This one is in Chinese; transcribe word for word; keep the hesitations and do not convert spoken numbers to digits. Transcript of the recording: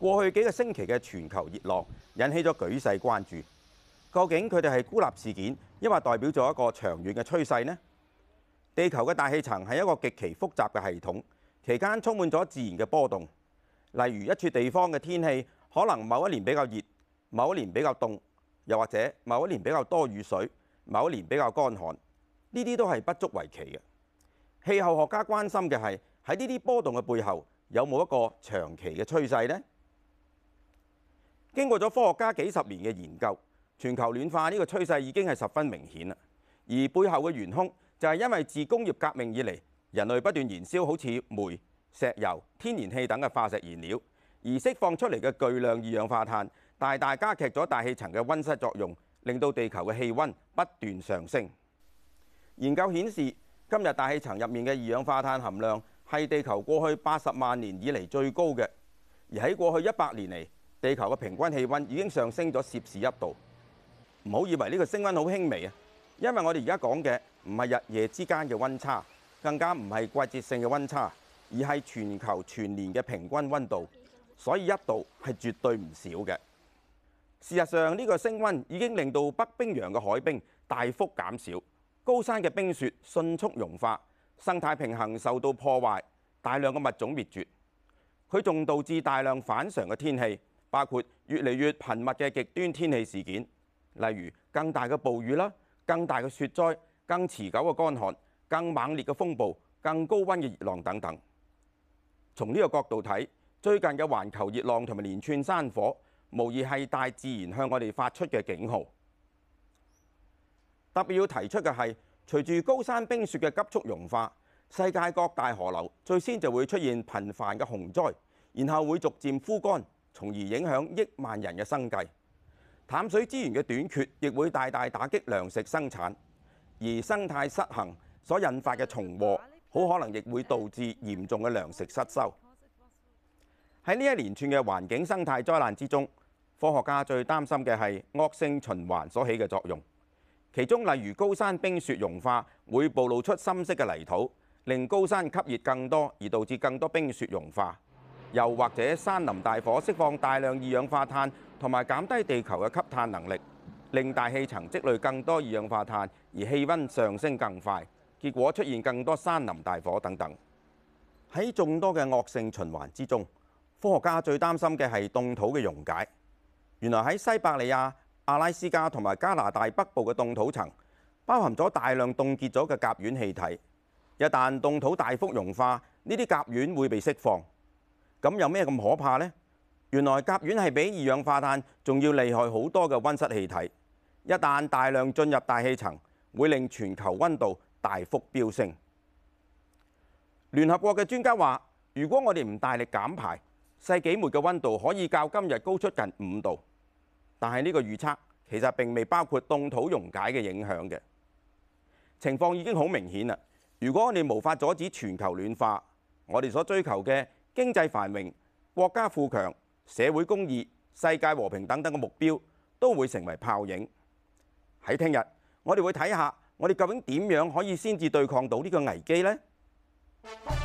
過去幾個星期嘅全球熱浪引起咗舉世關注。究竟佢哋係孤立事件，抑或代表咗一個長遠嘅趨勢呢？地球嘅大氣層係一個極其複雜嘅系統，期間充滿咗自然嘅波動。例如一處地方嘅天氣可能某一年比較熱，某一年比較凍，又或者某一年比較多雨水，某一年比較乾旱。呢啲都係不足為奇嘅。氣候學家關心嘅係喺呢啲波動嘅背後有冇一個長期嘅趨勢呢？經過咗科學家幾十年嘅研究，全球暖化呢個趨勢已經係十分明顯啦。而背後嘅元兇就係因為自工業革命以嚟，人類不斷燃燒好似煤、石油、天然氣等嘅化石燃料，而釋放出嚟嘅巨量二氧化碳，大大加劇咗大氣層嘅溫室作用，令到地球嘅氣温不斷上升。研究顯示，今日大氣層入面嘅二氧化碳含量係地球過去八十萬年以嚟最高嘅，而喺過去一百年嚟，地球嘅平均氣温已經上升咗攝氏一度。唔好以為呢個升温好輕微啊，因為我哋而家講嘅唔係日夜之間嘅温差，更加唔係季節性嘅温差，而係全球全年嘅平均温度，所以一度係絕對唔少嘅。事實上，呢個升温已經令到北冰洋嘅海冰大幅減少，高山嘅冰雪迅速融化，生態平衡受到破壞，大量嘅物種滅絕。佢仲導致大量反常嘅天氣，包括越嚟越頻密嘅極端天氣事件，例如更大嘅暴雨啦、更大嘅雪災、更持久嘅乾旱、更猛烈嘅風暴、更高溫嘅熱浪等等。從呢個角度睇，最近嘅環球熱浪同埋連串山火，無疑係大自然向我哋發出嘅警號。特別要提出嘅係，隨住高山冰雪嘅急速融化，世界各大河流最先就會出現頻繁嘅洪災，然後會逐漸枯乾，從而影響億萬人嘅生計。淡水資源嘅短缺亦會大大打擊糧食生產，而生態失衡所引發嘅蟲禍，好可能亦會導致嚴重嘅糧食失收。喺呢一連串嘅環境生態災難之中，科學家最擔心嘅係惡性循環所起嘅作用。其中例如高山冰雪融化會暴露出深色嘅泥土，令高山吸熱更多，而導致更多冰雪融化。又或者山林大火釋放大量二氧化碳，同埋減低地球嘅吸碳能力，令大氣層積累更多二氧化碳，而氣温上升更快，結果出現更多山林大火等等。喺眾多嘅惡性循環之中，科學家最擔心嘅係凍土嘅溶解。原來喺西伯利亞、阿拉斯加同埋加拿大北部嘅凍土層，包含咗大量凍結咗嘅甲烷氣體。一旦凍土大幅融化，呢啲甲烷會被釋放。咁有咩咁可怕呢？原來甲烷係比二氧化碳仲要厲害好多嘅溫室氣體。一旦大量進入大氣層，會令全球溫度大幅飆升。聯合國嘅專家話，如果我哋唔大力減排，世紀末嘅溫度可以較今日高出近五度。但係呢個預測其實並未包括凍土溶解嘅影響嘅。情況已經好明顯啦。如果我哋無法阻止全球暖化，我哋所追求嘅經濟繁榮、國家富強、社會公義、世界和平等等嘅目標，都會成為泡影。喺聽日，我哋會睇下我哋究竟點樣可以先至對抗到呢個危機呢？